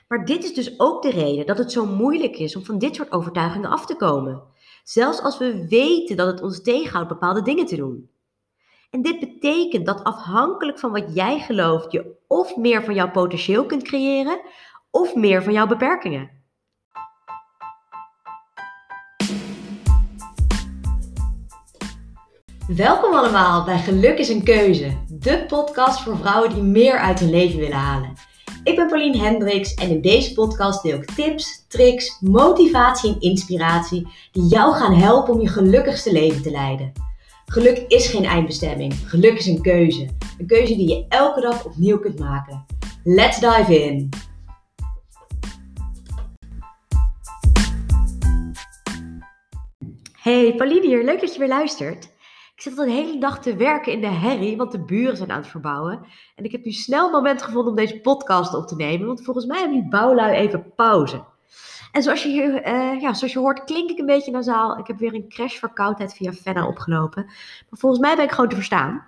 Maar dit is dus ook de reden dat het zo moeilijk is om van dit soort overtuigingen af te komen. Zelfs als we weten dat het ons tegenhoudt bepaalde dingen te doen. En dit betekent dat afhankelijk van wat jij gelooft, je of meer van jouw potentieel kunt creëren, of meer van jouw beperkingen. Welkom allemaal bij Geluk is een Keuze, de podcast voor vrouwen die meer uit hun leven willen halen. Ik ben Pauline Hendricks en in deze podcast deel ik tips, tricks, motivatie en inspiratie die jou gaan helpen om je gelukkigste leven te leiden. Geluk is geen eindbestemming, geluk is een keuze. Een keuze die je elke dag opnieuw kunt maken. Let's dive in! Hey, Pauline hier, leuk dat je weer luistert. Ik zit al de hele dag te werken in de herrie, want de buren zijn aan het verbouwen. En ik heb nu snel een moment gevonden om deze podcast op te nemen, want volgens mij hebben die bouwlui even pauze. En zoals je hoort, klink ik een beetje nasaal. Ik heb weer een crashverkoudheid via Fenna opgelopen. Maar volgens mij ben ik gewoon te verstaan.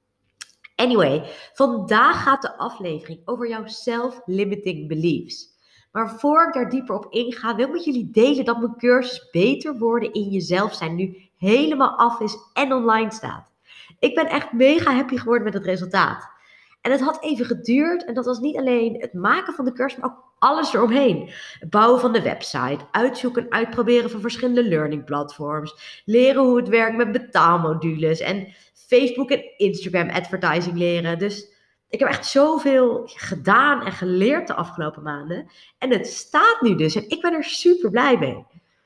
Anyway, vandaag gaat de aflevering over jouw self-limiting beliefs. Maar voor ik daar dieper op inga, wil ik met jullie delen dat mijn cursus Beter Worden in Jezelf Zijn nu helemaal af is en online staat. Ik ben echt mega happy geworden met het resultaat. En het had even geduurd en dat was niet alleen het maken van de cursus, maar ook alles eromheen. Het bouwen van de website, uitzoeken en uitproberen van verschillende learning platforms, leren hoe het werkt met betaalmodules en Facebook en Instagram advertising leren. Dus ik heb echt zoveel gedaan en geleerd de afgelopen maanden. En het staat nu dus en ik ben er super blij mee.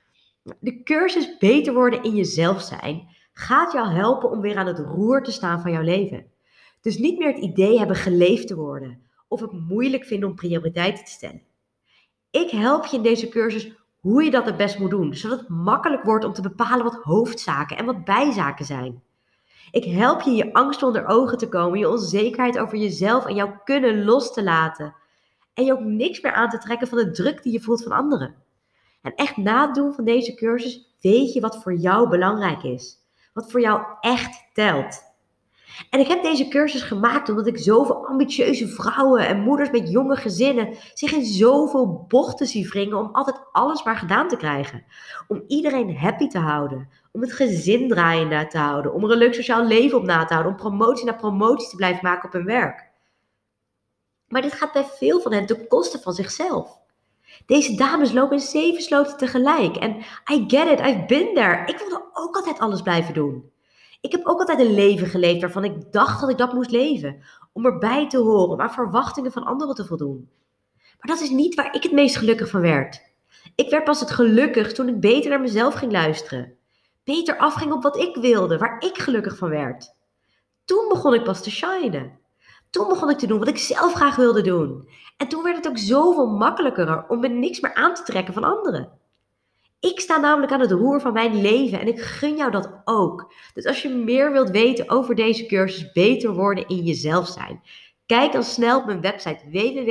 De cursus Beter Worden in Jezelf Zijn gaat jou helpen om weer aan het roer te staan van jouw leven. Dus niet meer het idee hebben geleefd te worden of het moeilijk vinden om prioriteiten te stellen. Ik help je in deze cursus hoe je dat het best moet doen, zodat het makkelijk wordt om te bepalen wat hoofdzaken en wat bijzaken zijn. Ik help je je angst onder ogen te komen, je onzekerheid over jezelf en jouw kunnen los te laten. En je ook niks meer aan te trekken van de druk die je voelt van anderen. En echt na het doen van deze cursus weet je wat voor jou belangrijk is. Wat voor jou echt telt. En ik heb deze cursus gemaakt omdat ik zoveel ambitieuze vrouwen en moeders met jonge gezinnen zich in zoveel bochten zie wringen om altijd alles maar gedaan te krijgen. Om iedereen happy te houden. Om het gezin draaiende te houden. Om er een leuk sociaal leven op na te houden. Om promotie na promotie te blijven maken op hun werk. Maar dit gaat bij veel van hen ten koste van zichzelf. Deze dames lopen in 7 sloten tegelijk. En I get it, I've been there. Ik wilde ook altijd alles blijven doen. Ik heb ook altijd een leven geleefd waarvan ik dacht dat ik dat moest leven. Om erbij te horen, om aan verwachtingen van anderen te voldoen. Maar dat is niet waar ik het meest gelukkig van werd. Ik werd pas het gelukkig toen ik beter naar mezelf ging luisteren. Beter afging op wat ik wilde, waar ik gelukkig van werd. Toen begon ik pas te shinen. Toen begon ik te doen wat ik zelf graag wilde doen. En toen werd het ook zoveel makkelijker om me niks meer aan te trekken van anderen. Ik sta namelijk aan het roer van mijn leven en ik gun jou dat ook. Dus als je meer wilt weten over deze cursus Beter Worden in Jezelf Zijn, kijk dan snel op mijn website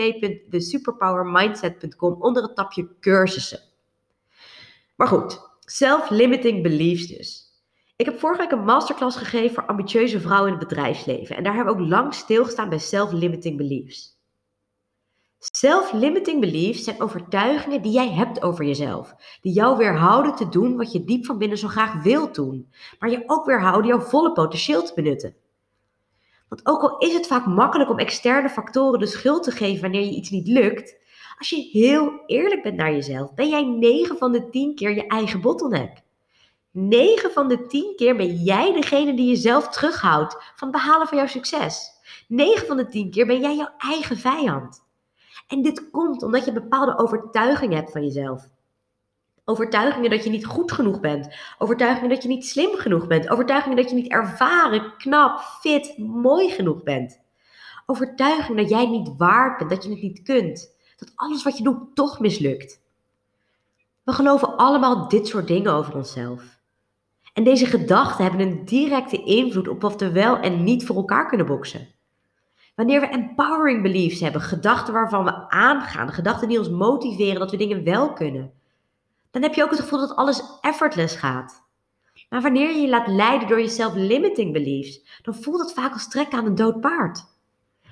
www.thesuperpowermindset.com onder het tapje cursussen. Maar goed, self-limiting beliefs dus. Ik heb vorige week een masterclass gegeven voor ambitieuze vrouwen in het bedrijfsleven. En daar hebben we ook lang stilgestaan bij self-limiting beliefs. Self-limiting beliefs zijn overtuigingen die jij hebt over jezelf. Die jou weerhouden te doen wat je diep van binnen zo graag wilt doen. Maar je ook weerhouden jouw volle potentieel te benutten. Want ook al is het vaak makkelijk om externe factoren de schuld te geven wanneer je iets niet lukt. Als je heel eerlijk bent naar jezelf, ben jij 9 van de 10 keer je eigen bottleneck. 9 van de 10 keer ben jij degene die jezelf terughoudt van het behalen van jouw succes. 9 van de 10 keer ben jij jouw eigen vijand. En dit komt omdat je bepaalde overtuigingen hebt van jezelf. Overtuigingen dat je niet goed genoeg bent. Overtuigingen dat je niet slim genoeg bent. Overtuigingen dat je niet ervaren, knap, fit, mooi genoeg bent. Overtuigingen dat jij het niet waard bent, dat je het niet kunt. Dat alles wat je doet toch mislukt. We geloven allemaal dit soort dingen over onszelf. En deze gedachten hebben een directe invloed op wat we wel en niet voor elkaar kunnen boksen. Wanneer we empowering beliefs hebben, gedachten waarvan we aangaan, gedachten die ons motiveren dat we dingen wel kunnen, dan heb je ook het gevoel dat alles effortless gaat. Maar wanneer je je laat leiden door je self-limiting beliefs, dan voelt het vaak als trekken aan een dood paard.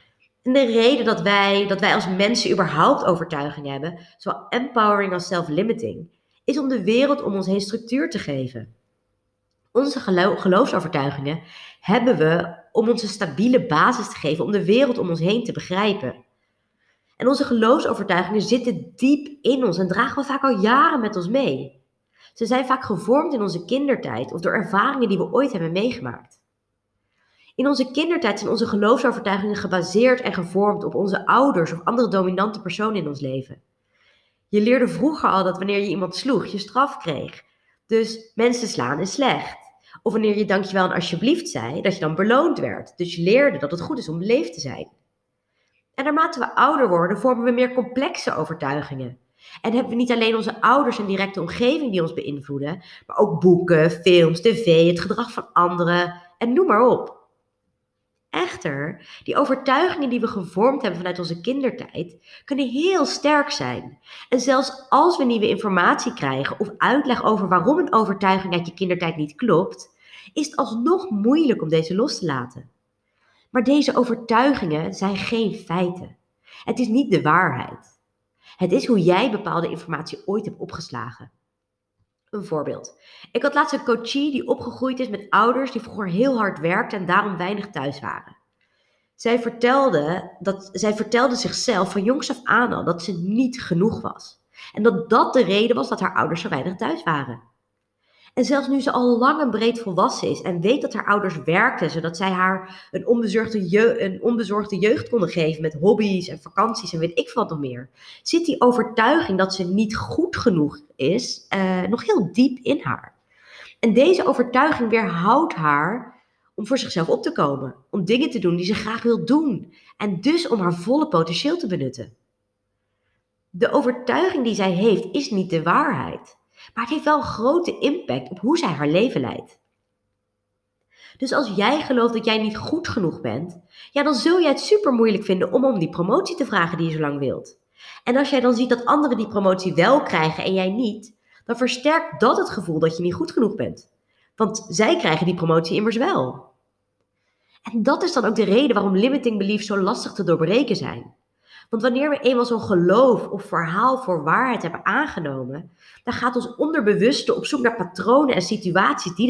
En de reden dat wij als mensen überhaupt overtuigingen hebben, zowel empowering als self-limiting, is om de wereld om ons heen structuur te geven. Onze geloofsovertuigingen hebben we om ons een stabiele basis te geven om de wereld om ons heen te begrijpen. En onze geloofsovertuigingen zitten diep in ons en dragen we vaak al jaren met ons mee. Ze zijn vaak gevormd in onze kindertijd of door ervaringen die we ooit hebben meegemaakt. In onze kindertijd zijn onze geloofsovertuigingen gebaseerd en gevormd op onze ouders of andere dominante personen in ons leven. Je leerde vroeger al dat wanneer je iemand sloeg, je straf kreeg. Dus mensen slaan is slecht. Of wanneer je dankjewel en alsjeblieft zei, dat je dan beloond werd. Dus je leerde dat het goed is om beleefd te zijn. En naarmate we ouder worden, vormen we meer complexe overtuigingen. En hebben we niet alleen onze ouders en directe omgeving die ons beïnvloeden, maar ook boeken, films, tv, het gedrag van anderen en noem maar op. Echter, die overtuigingen die we gevormd hebben vanuit onze kindertijd, kunnen heel sterk zijn. En zelfs als we nieuwe informatie krijgen of uitleg over waarom een overtuiging uit je kindertijd niet klopt, is het alsnog moeilijk om deze los te laten. Maar deze overtuigingen zijn geen feiten. Het is niet de waarheid. Het is hoe jij bepaalde informatie ooit hebt opgeslagen. Een voorbeeld. Ik had laatst een coachie die opgegroeid is met ouders die vroeger heel hard werkten en daarom weinig thuis waren. Zij vertelde zichzelf van jongs af aan al dat ze niet genoeg was. En dat dat de reden was dat haar ouders zo weinig thuis waren. En zelfs nu ze al lang en breed volwassen is en weet dat haar ouders werkten, zodat zij haar een onbezorgde jeugd konden geven met hobby's en vakanties en weet ik wat nog meer, zit die overtuiging dat ze niet goed genoeg is nog heel diep in haar. En deze overtuiging weerhoudt haar om voor zichzelf op te komen, om dingen te doen die ze graag wil doen en dus om haar volle potentieel te benutten. De overtuiging die zij heeft is niet de waarheid. Maar het heeft wel een grote impact op hoe zij haar leven leidt. Dus als jij gelooft dat jij niet goed genoeg bent, ja, dan zul jij het super moeilijk vinden om die promotie te vragen die je zo lang wilt. En als jij dan ziet dat anderen die promotie wel krijgen en jij niet, dan versterkt dat het gevoel dat je niet goed genoeg bent. Want zij krijgen die promotie immers wel. En dat is dan ook de reden waarom limiting beliefs zo lastig te doorbreken zijn. Want wanneer we eenmaal zo'n geloof of verhaal voor waarheid hebben aangenomen, dan gaat ons onderbewuste op zoek naar patronen en situaties die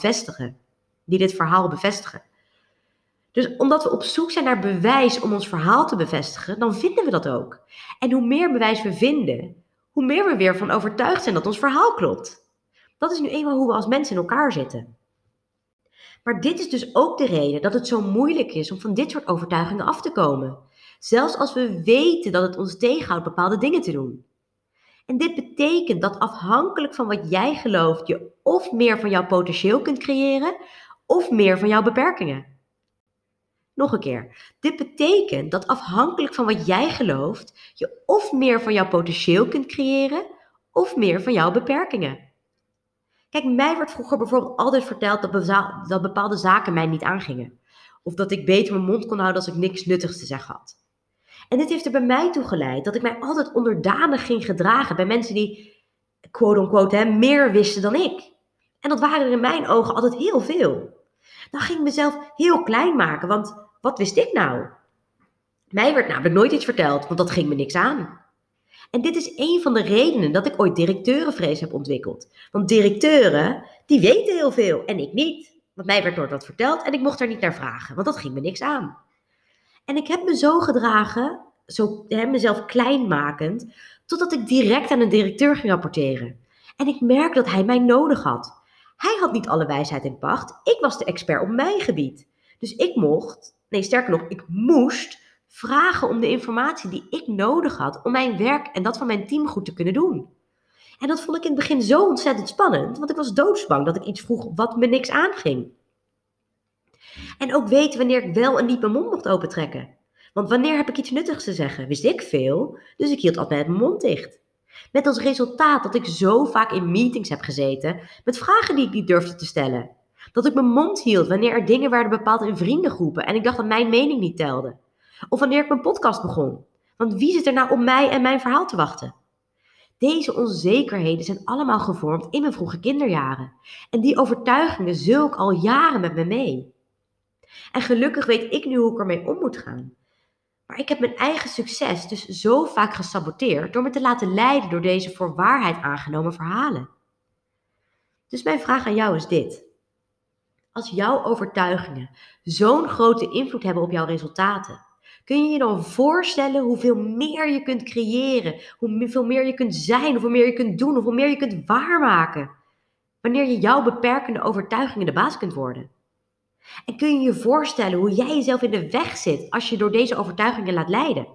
dit verhaal bevestigen. Dus omdat we op zoek zijn naar bewijs om ons verhaal te bevestigen, dan vinden we dat ook. En hoe meer bewijs we vinden, hoe meer we weer van overtuigd zijn dat ons verhaal klopt. Dat is nu eenmaal hoe we als mensen in elkaar zitten. Maar dit is dus ook de reden dat het zo moeilijk is om van dit soort overtuigingen af te komen. Zelfs als we weten dat het ons tegenhoudt bepaalde dingen te doen. En dit betekent dat afhankelijk van wat jij gelooft, je of meer van jouw potentieel kunt creëren, of meer van jouw beperkingen. Nog een keer. Dit betekent dat afhankelijk van wat jij gelooft, je of meer van jouw potentieel kunt creëren, of meer van jouw beperkingen. Kijk, mij werd vroeger bijvoorbeeld altijd verteld dat bepaalde zaken mij niet aangingen. Of dat ik beter mijn mond kon houden als ik niks nuttigs te zeggen had. En dit heeft er bij mij toe geleid dat ik mij altijd onderdanig ging gedragen bij mensen die, quote-unquote, meer wisten dan ik. En dat waren er in mijn ogen altijd heel veel. Dan ging ik mezelf heel klein maken, want wat wist ik nou? Mij werd namelijk nooit iets verteld, want dat ging me niks aan. En dit is een van de redenen dat ik ooit directeurenvrees heb ontwikkeld. Want directeuren, die weten heel veel en ik niet. Want mij werd nooit wat verteld en ik mocht daar niet naar vragen, want dat ging me niks aan. En ik heb me zo gedragen, mezelf kleinmakend, totdat ik direct aan een directeur ging rapporteren. En ik merkte dat hij mij nodig had. Hij had niet alle wijsheid in pacht, ik was de expert op mijn gebied. Dus ik moest vragen om de informatie die ik nodig had om mijn werk en dat van mijn team goed te kunnen doen. En dat vond ik in het begin zo ontzettend spannend, want ik was doodsbang dat ik iets vroeg wat me niks aanging. En ook weten wanneer ik wel en niet mijn mond mocht opentrekken. Want wanneer heb ik iets nuttigs te zeggen? Wist ik veel, dus ik hield altijd mijn mond dicht. Met als resultaat dat ik zo vaak in meetings heb gezeten met vragen die ik niet durfde te stellen. Dat ik mijn mond hield wanneer er dingen werden bepaald in vriendengroepen en ik dacht dat mijn mening niet telde. Of wanneer ik mijn podcast begon. Want wie zit er nou op mij en mijn verhaal te wachten? Deze onzekerheden zijn allemaal gevormd in mijn vroege kinderjaren. En die overtuigingen zulk al jaren met me mee. En gelukkig weet ik nu hoe ik ermee om moet gaan. Maar ik heb mijn eigen succes dus zo vaak gesaboteerd door me te laten leiden door deze voor waarheid aangenomen verhalen. Dus mijn vraag aan jou is dit. Als jouw overtuigingen zo'n grote invloed hebben op jouw resultaten, kun je je dan voorstellen hoeveel meer je kunt creëren, hoeveel meer je kunt zijn, hoeveel meer je kunt doen, hoeveel meer je kunt waarmaken, wanneer je jouw beperkende overtuigingen de baas kunt worden? En kun je je voorstellen hoe jij jezelf in de weg zit als je door deze overtuigingen laat leiden?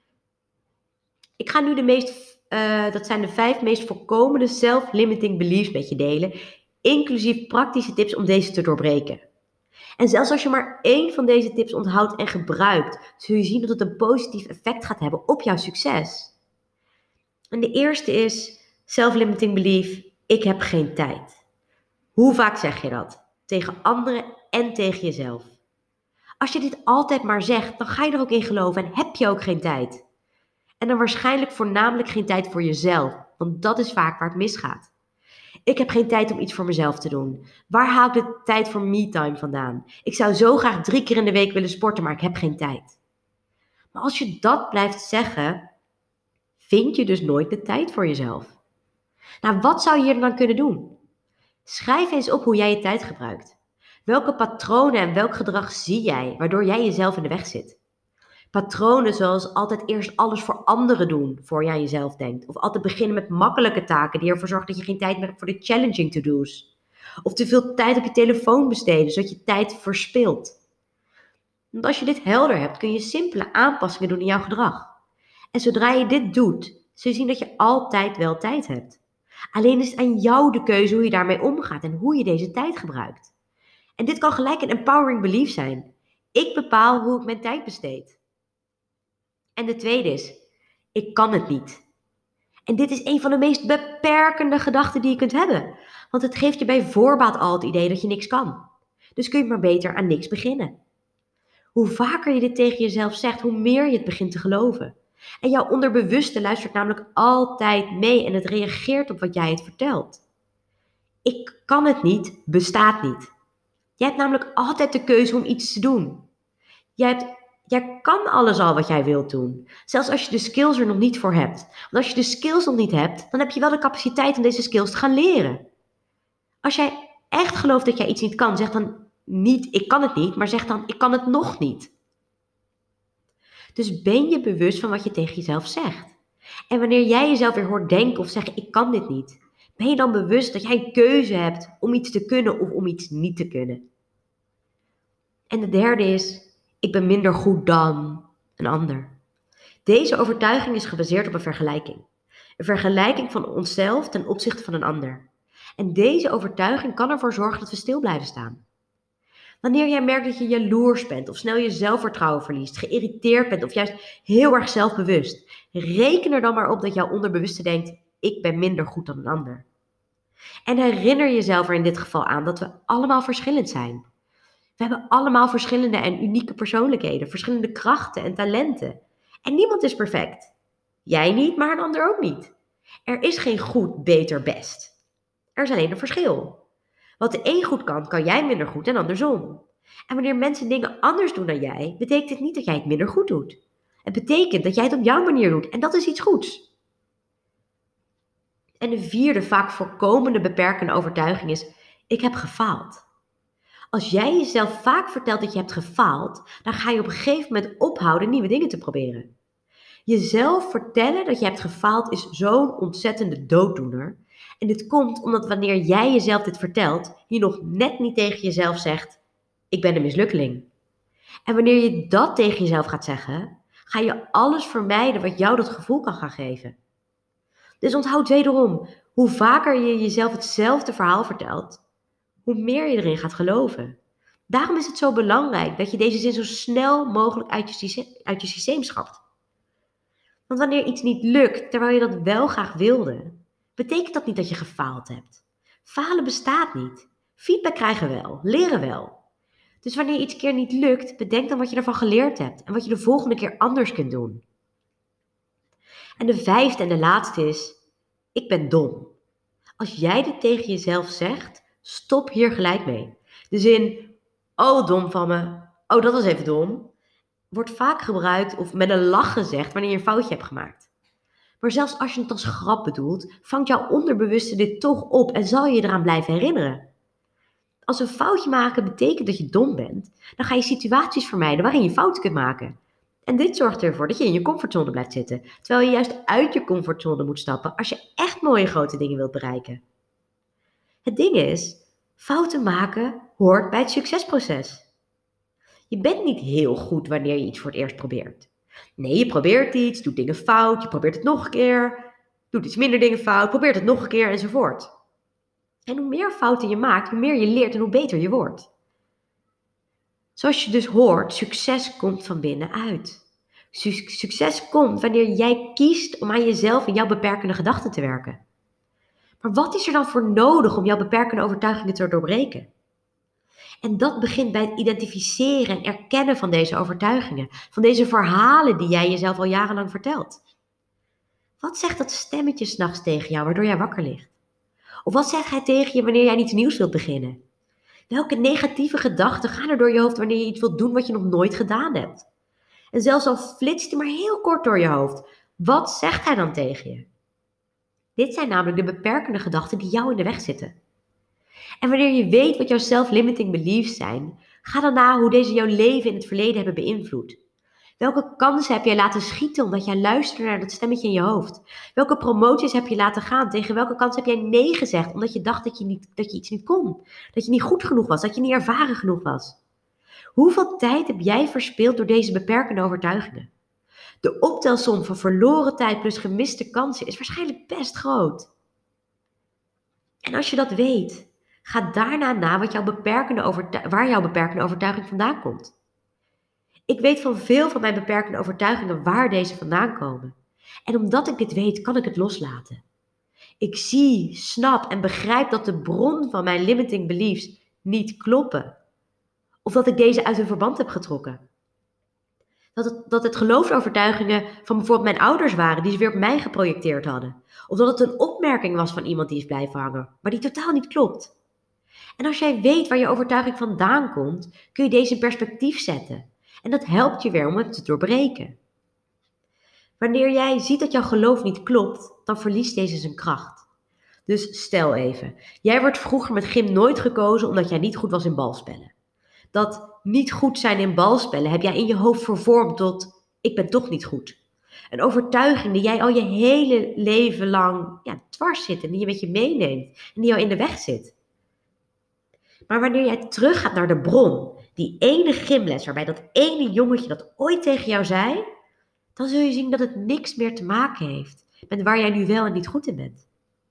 Ik ga nu dat zijn de 5 meest voorkomende self-limiting beliefs met je delen, inclusief praktische tips om deze te doorbreken. En zelfs als je maar 1 van deze tips onthoudt en gebruikt, zul je zien dat het een positief effect gaat hebben op jouw succes. En de eerste is self-limiting belief: ik heb geen tijd. Hoe vaak zeg je dat? Tegen anderen en tegen jezelf. Als je dit altijd maar zegt, dan ga je er ook in geloven en heb je ook geen tijd. En dan waarschijnlijk voornamelijk geen tijd voor jezelf, want dat is vaak waar het misgaat. Ik heb geen tijd om iets voor mezelf te doen. Waar haal ik de tijd voor me-time vandaan? Ik zou zo graag 3 keer in de week willen sporten, maar ik heb geen tijd. Maar als je dat blijft zeggen, vind je dus nooit de tijd voor jezelf. Nou, wat zou je hier dan kunnen doen? Schrijf eens op hoe jij je tijd gebruikt. Welke patronen en welk gedrag zie jij, waardoor jij jezelf in de weg zit? Patronen zoals altijd eerst alles voor anderen doen voor je aan jezelf denkt. Of altijd beginnen met makkelijke taken die ervoor zorgen dat je geen tijd meer hebt voor de challenging to-do's. Of te veel tijd op je telefoon besteden, zodat je tijd verspilt. Want als je dit helder hebt, kun je simpele aanpassingen doen in jouw gedrag. En zodra je dit doet, zul je zien dat je altijd wel tijd hebt. Alleen is het aan jou de keuze hoe je daarmee omgaat en hoe je deze tijd gebruikt. En dit kan gelijk een empowering belief zijn. Ik bepaal hoe ik mijn tijd besteed. En de tweede is, ik kan het niet. En dit is een van de meest beperkende gedachten die je kunt hebben. Want het geeft je bij voorbaat al het idee dat je niks kan. Dus kun je maar beter aan niks beginnen. Hoe vaker je dit tegen jezelf zegt, hoe meer je het begint te geloven. En jouw onderbewuste luistert namelijk altijd mee en het reageert op wat jij het vertelt. Ik kan het niet, bestaat niet. Jij hebt namelijk altijd de keuze om iets te doen. Jij kan alles al wat jij wilt doen. Zelfs als je de skills er nog niet voor hebt. Want als je de skills nog niet hebt, dan heb je wel de capaciteit om deze skills te gaan leren. Als jij echt gelooft dat jij iets niet kan, zeg dan niet ik kan het niet, maar zeg dan ik kan het nog niet. Dus ben je bewust van wat je tegen jezelf zegt. En wanneer jij jezelf weer hoort denken of zeggen ik kan dit niet, ben je dan bewust dat jij een keuze hebt om iets te kunnen of om iets niet te kunnen. En de derde is, ik ben minder goed dan een ander. Deze overtuiging is gebaseerd op een vergelijking. Een vergelijking van onszelf ten opzichte van een ander. En deze overtuiging kan ervoor zorgen dat we stil blijven staan. Wanneer jij merkt dat je jaloers bent of snel je zelfvertrouwen verliest, geïrriteerd bent of juist heel erg zelfbewust, reken er dan maar op dat jouw onderbewuste denkt, ik ben minder goed dan een ander. En herinner jezelf er in dit geval aan dat we allemaal verschillend zijn. We hebben allemaal verschillende en unieke persoonlijkheden, verschillende krachten en talenten. En niemand is perfect. Jij niet, maar een ander ook niet. Er is geen goed, beter, best. Er is alleen een verschil. Wat de een goed kan jij minder goed en andersom. En wanneer mensen dingen anders doen dan jij, betekent het niet dat jij het minder goed doet. Het betekent dat jij het op jouw manier doet en dat is iets goeds. En de vierde, vaak voorkomende beperkende overtuiging is, ik heb gefaald. Als jij jezelf vaak vertelt dat je hebt gefaald, dan ga je op een gegeven moment ophouden nieuwe dingen te proberen. Jezelf vertellen dat je hebt gefaald is zo'n ontzettende dooddoener. En dit komt omdat wanneer jij jezelf dit vertelt, je nog net niet tegen jezelf zegt, ik ben een mislukkeling. En wanneer je dat tegen jezelf gaat zeggen, ga je alles vermijden wat jou dat gevoel kan gaan geven. Dus onthoud wederom, hoe vaker je jezelf hetzelfde verhaal vertelt, hoe meer je erin gaat geloven. Daarom is het zo belangrijk dat je deze zin zo snel mogelijk uit je systeem schapt. Want wanneer iets niet lukt, terwijl je dat wel graag wilde, betekent dat niet dat je gefaald hebt. Falen bestaat niet. Feedback krijgen wel, leren wel. Dus wanneer iets keer niet lukt, bedenk dan wat je ervan geleerd hebt en wat je de volgende keer anders kunt doen. En de vijfde en de laatste is, ik ben dom. Als jij dit tegen jezelf zegt, stop hier gelijk mee. De zin, oh dom van me, oh dat was even dom. wordt vaak gebruikt of met een lach gezegd wanneer je een foutje hebt gemaakt. Maar zelfs als je het als grap bedoelt, vangt jouw onderbewuste dit toch op en zal je je eraan blijven herinneren. Als een foutje maken betekent dat je dom bent, dan ga je situaties vermijden waarin je fouten kunt maken. En dit zorgt ervoor dat je in je comfortzone blijft zitten, terwijl je juist uit je comfortzone moet stappen als je echt mooie grote dingen wilt bereiken. Het ding is, fouten maken hoort bij het succesproces. Je bent niet heel goed wanneer je iets voor het eerst probeert. Nee, je probeert iets, doet dingen fout, je probeert het nog een keer, doet iets minder dingen fout, probeert het nog een keer enzovoort. En hoe meer fouten je maakt, hoe meer je leert en hoe beter je wordt. Zoals je dus hoort, succes komt van binnenuit. Succes komt wanneer jij kiest om aan jezelf en jouw beperkende gedachten te werken. Maar wat is er dan voor nodig om jouw beperkende overtuigingen te doorbreken? En dat begint bij het identificeren en erkennen van deze overtuigingen, van deze verhalen die jij jezelf al jarenlang vertelt. Wat zegt dat stemmetje 's nachts tegen jou waardoor jij wakker ligt? Of wat zegt hij tegen je wanneer jij iets nieuws wilt beginnen? Welke negatieve gedachten gaan er door je hoofd wanneer je iets wilt doen wat je nog nooit gedaan hebt? En zelfs al flitst hij maar heel kort door je hoofd, wat zegt hij dan tegen je? Dit zijn namelijk de beperkende gedachten die jou in de weg zitten. En wanneer je weet wat jouw self-limiting beliefs zijn, ga dan na hoe deze jouw leven in het verleden hebben beïnvloed. Welke kansen heb jij laten schieten omdat jij luisterde naar dat stemmetje in je hoofd? Welke promoties heb je laten gaan? Tegen welke kans heb jij nee gezegd omdat je dacht dat je iets niet kon? Dat je niet goed genoeg was, dat je niet ervaren genoeg was? Hoeveel tijd heb jij verspild door deze beperkende overtuigingen? De optelsom van verloren tijd plus gemiste kansen is waarschijnlijk best groot. En als je dat weet, ga daarna na waar jouw beperkende overtuiging vandaan komt. Ik weet van veel van mijn beperkende overtuigingen waar deze vandaan komen. En omdat ik dit weet, kan ik het loslaten. Ik zie, snap en begrijp dat de bron van mijn limiting beliefs niet kloppen. Of dat ik deze uit hun verband heb getrokken. Dat het geloofsovertuigingen van bijvoorbeeld mijn ouders waren die ze weer op mij geprojecteerd hadden. Of dat het een opmerking was van iemand die is blijven hangen, maar die totaal niet klopt. En als jij weet waar je overtuiging vandaan komt, kun je deze in perspectief zetten. En dat helpt je weer om het te doorbreken. Wanneer jij ziet dat jouw geloof niet klopt, dan verliest deze zijn kracht. Dus stel even, jij werd vroeger met gym nooit gekozen omdat jij niet goed was in balspellen. Dat niet goed zijn in balspellen heb jij in je hoofd vervormd tot ik ben toch niet goed. Een overtuiging die jij al je hele leven lang dwars zit en die je met je meeneemt en die jou in de weg zit. Maar wanneer jij teruggaat naar de bron, die ene gymles waarbij dat ene jongetje dat ooit tegen jou zei, dan zul je zien dat het niks meer te maken heeft met waar jij nu wel en niet goed in bent.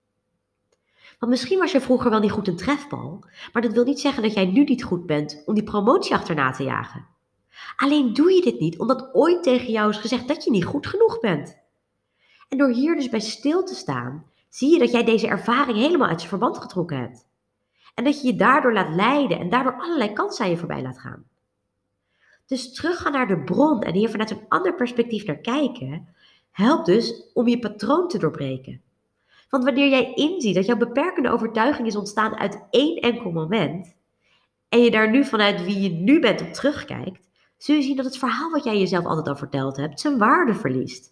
Want misschien was je vroeger wel niet goed in trefbal, maar dat wil niet zeggen dat jij nu niet goed bent om die promotie achterna te jagen. Alleen doe je dit niet omdat ooit tegen jou is gezegd dat je niet goed genoeg bent. En door hier dus bij stil te staan, zie je dat jij deze ervaring helemaal uit zijn verband getrokken hebt. En dat je je daardoor laat leiden en daardoor allerlei kansen aan je voorbij laat gaan. Dus teruggaan naar de bron en hier vanuit een ander perspectief naar kijken, helpt dus om je patroon te doorbreken. Want wanneer jij inziet dat jouw beperkende overtuiging is ontstaan uit één enkel moment, en je daar nu vanuit wie je nu bent op terugkijkt, zul je zien dat het verhaal wat jij jezelf altijd al verteld hebt, zijn waarde verliest.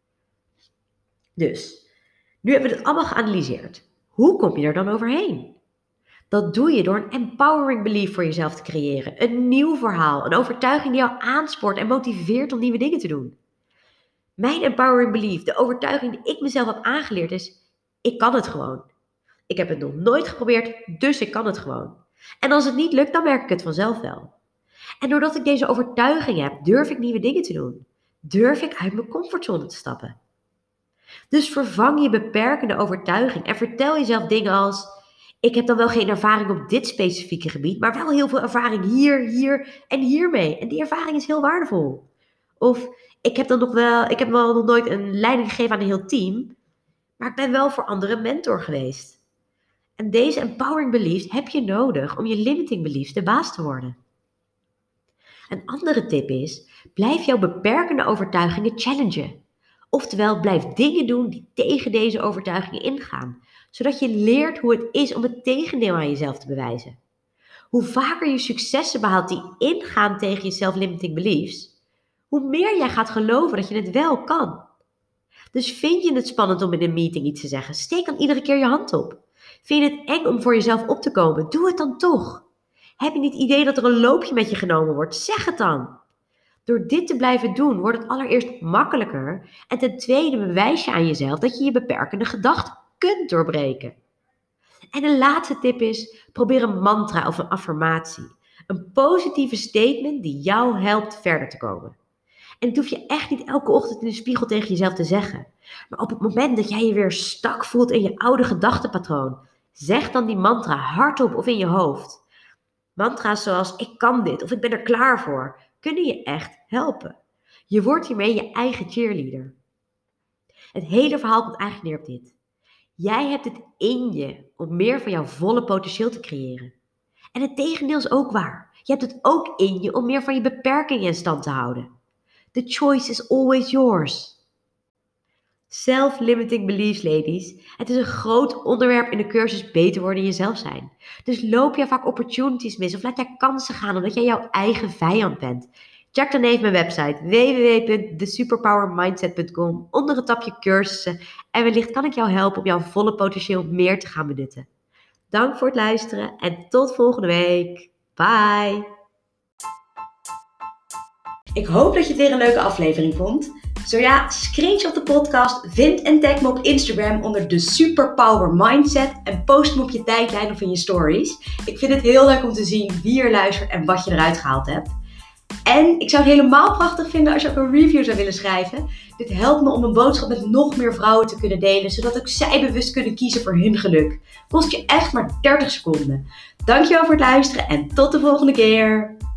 Dus, nu hebben we het allemaal geanalyseerd. Hoe kom je er dan overheen? Dat doe je door een empowering belief voor jezelf te creëren. Een nieuw verhaal, een overtuiging die jou aanspoort en motiveert om nieuwe dingen te doen. Mijn empowering belief, de overtuiging die ik mezelf heb aangeleerd is, ik kan het gewoon. Ik heb het nog nooit geprobeerd, dus ik kan het gewoon. En als het niet lukt, dan merk ik het vanzelf wel. En doordat ik deze overtuiging heb, durf ik nieuwe dingen te doen. Durf ik uit mijn comfortzone te stappen. Dus vervang je beperkende overtuiging en vertel jezelf dingen als, ik heb dan wel geen ervaring op dit specifieke gebied, maar wel heel veel ervaring hier en hiermee. En die ervaring is heel waardevol. Of, ik heb wel nog nooit een leiding gegeven aan een heel team, maar ik ben wel voor anderen een mentor geweest. En deze empowering beliefs heb je nodig om je limiting beliefs de baas te worden. Een andere tip is, blijf jouw beperkende overtuigingen challengen. Oftewel, blijf dingen doen die tegen deze overtuigingen ingaan, zodat je leert hoe het is om het tegendeel aan jezelf te bewijzen. Hoe vaker je successen behaalt die ingaan tegen je self-limiting beliefs, hoe meer jij gaat geloven dat je het wel kan. Dus vind je het spannend om in een meeting iets te zeggen? Steek dan iedere keer je hand op. Vind je het eng om voor jezelf op te komen? Doe het dan toch. Heb je niet het idee dat er een loopje met je genomen wordt? Zeg het dan. Door dit te blijven doen wordt het allereerst makkelijker en ten tweede bewijs je aan jezelf dat je je beperkende gedachten kunt doorbreken. En de laatste tip is, probeer een mantra of een affirmatie. Een positieve statement die jou helpt verder te komen. En dat hoef je echt niet elke ochtend in de spiegel tegen jezelf te zeggen. Maar op het moment dat jij je weer stak voelt in je oude gedachtenpatroon, zeg dan die mantra hardop of in je hoofd. Mantra's zoals ik kan dit of ik ben er klaar voor, kunnen je echt helpen. Je wordt hiermee je eigen cheerleader. Het hele verhaal komt eigenlijk neer op dit. Jij hebt het in je om meer van jouw volle potentieel te creëren. En het tegendeel is ook waar. Je hebt het ook in je om meer van je beperkingen in stand te houden. The choice is always yours. Self-limiting beliefs, ladies. Het is een groot onderwerp in de cursus Beter worden in jezelf zijn. Dus loop jij vaak opportunities mis of laat jij kansen gaan omdat jij jouw eigen vijand bent. Check dan even mijn website www.thesuperpowermindset.com onder het tapje cursussen en wellicht kan ik jou helpen om jouw volle potentieel meer te gaan benutten. Dank voor het luisteren en tot volgende week. Bye! Ik hoop dat je het weer een leuke aflevering vond. Zo ja, screenshot de podcast, vind en tag me op Instagram onder de Superpower Mindset en post me op je tijdlijn of in je stories. Ik vind het heel leuk om te zien wie er luistert en wat je eruit gehaald hebt. En ik zou het helemaal prachtig vinden als je ook een review zou willen schrijven. Dit helpt me om een boodschap met nog meer vrouwen te kunnen delen, zodat ook zij bewust kunnen kiezen voor hun geluk. Kost je echt maar 30 seconden. Dankjewel voor het luisteren en tot de volgende keer.